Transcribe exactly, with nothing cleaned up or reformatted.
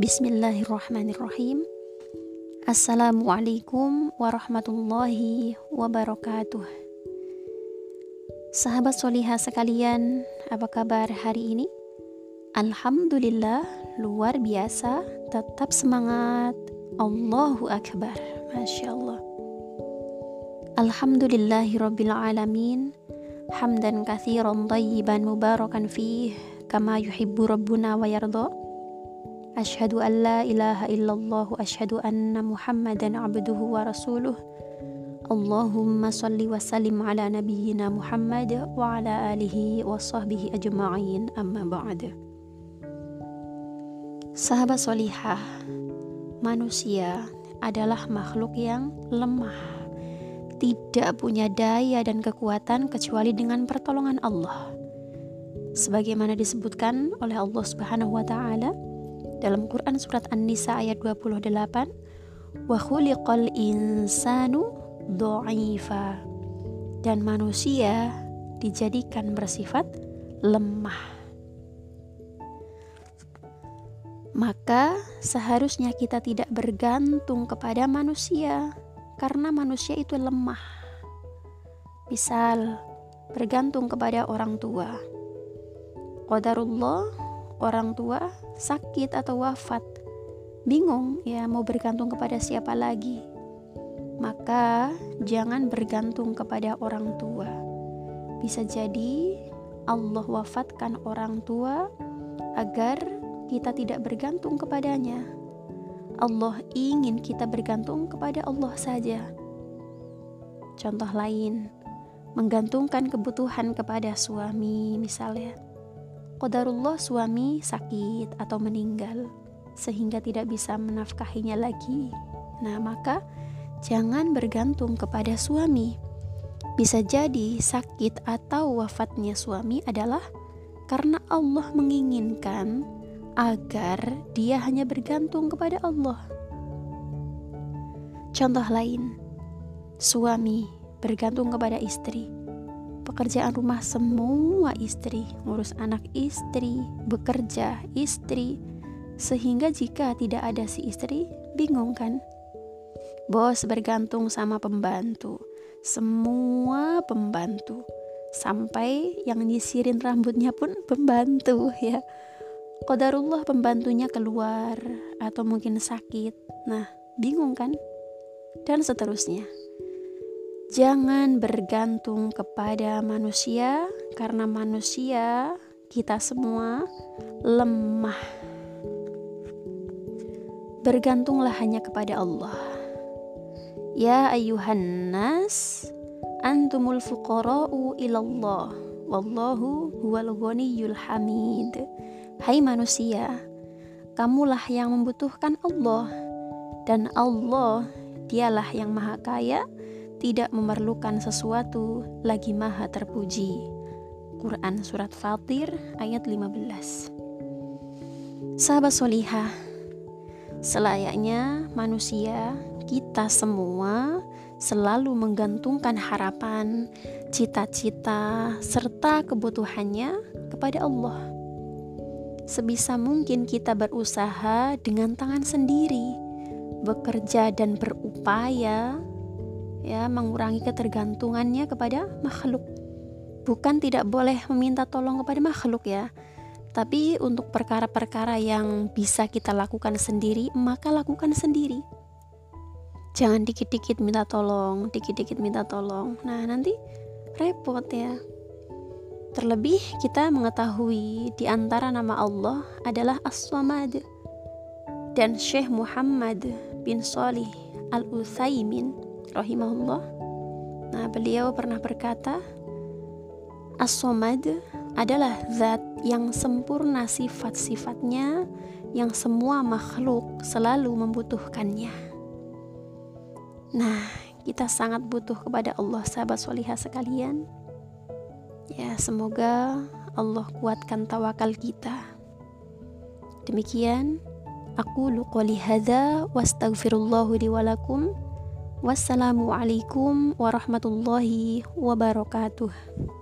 Bismillahirrahmanirrahim. Assalamualaikum warahmatullahi wabarakatuh. Sahabat solihah sekalian, apa kabar hari ini? Alhamdulillah, luar biasa, tetap semangat. Allahu Akbar, Masya Allah. Alhamdulillahirabbil alamin, hamdan katsiran thayyiban mubarakan fih, kama yuhibbu rabbuna wa yarda. Asyhadu an la ilaha illallah, asyhadu anna Muhammadan abduhu wa rasuluh. Allahumma salli wa sallim ala nabiyyina Muhammad wa ala alihi wa sahbihi ajma'in, amma ba'd. Sahabat solihah, manusia adalah makhluk yang lemah, tidak punya daya dan kekuatan kecuali dengan pertolongan Allah. Sebagaimana disebutkan oleh Allah Subhanahu wa taala dalam Quran surat An-Nisa ayat dua puluh delapan, wa khuliqal insanu dha'ifa, dan manusia dijadikan bersifat lemah. Maka seharusnya kita tidak bergantung kepada manusia, karena manusia itu lemah. Misal bergantung kepada orang tua, qadarullah, orang tua sakit atau wafat, bingung ya mau bergantung kepada siapa lagi. Maka jangan bergantung kepada orang tua. Bisa jadi Allah wafatkan orang tua agar kita tidak bergantung kepadanya. Allah ingin kita bergantung kepada Allah saja. Contoh lain, menggantungkan kebutuhan kepada suami misalnya. Qadarullah suami sakit atau meninggal sehingga tidak bisa menafkahinya lagi. Nah, maka jangan bergantung kepada suami. Bisa jadi sakit atau wafatnya suami adalah karena Allah menginginkan agar dia hanya bergantung kepada Allah. Contoh lain, suami bergantung kepada istri. Pekerjaan rumah semua istri, ngurus anak istri, bekerja istri, sehingga jika tidak ada si istri, bingung kan? Bos bergantung sama pembantu, semua pembantu, sampai yang nyisirin rambutnya pun pembantu ya. Qadarullah pembantunya keluar atau mungkin sakit, nah bingung kan? Dan seterusnya. Jangan bergantung kepada manusia, karena manusia, kita semua lemah. Bergantunglah hanya kepada Allah. Ya ayyuhan nas, antumul fuqara'u ilallah, wallahu huwal ghaniyyul hamid. Hai manusia, kamulah yang membutuhkan Allah, dan Allah dialah yang maha kaya, tidak memerlukan sesuatu, lagi maha terpuji. Quran surat Fatir ayat lima belas. Sahabat solihah, selayaknya manusia, kita semua selalu menggantungkan harapan, cita-cita, serta kebutuhannya kepada Allah. Sebisa mungkin kita berusaha dengan tangan sendiri, bekerja dan berupaya ya mengurangi ketergantungannya kepada makhluk. Bukan tidak boleh meminta tolong kepada makhluk ya, tapi untuk perkara-perkara yang bisa kita lakukan sendiri, maka lakukan sendiri. Jangan dikit-dikit minta tolong, dikit-dikit minta tolong. Nah, nanti repot ya. Terlebih kita mengetahui di antara nama Allah adalah As-Samad. Dan Syekh Muhammad bin Shalih Al-Utsaimin rahimahullah, nah beliau pernah berkata, As-Samad adalah zat yang sempurna sifat-sifatnya, yang semua makhluk selalu membutuhkannya. Nah, kita sangat butuh kepada Allah, sahabat solihah sekalian. Ya, semoga Allah kuatkan tawakal kita. Demikian, aqulu qouli hadza wastaghfirullahu li wa lakum. Wassalamualaikum warahmatullahi wabarakatuh.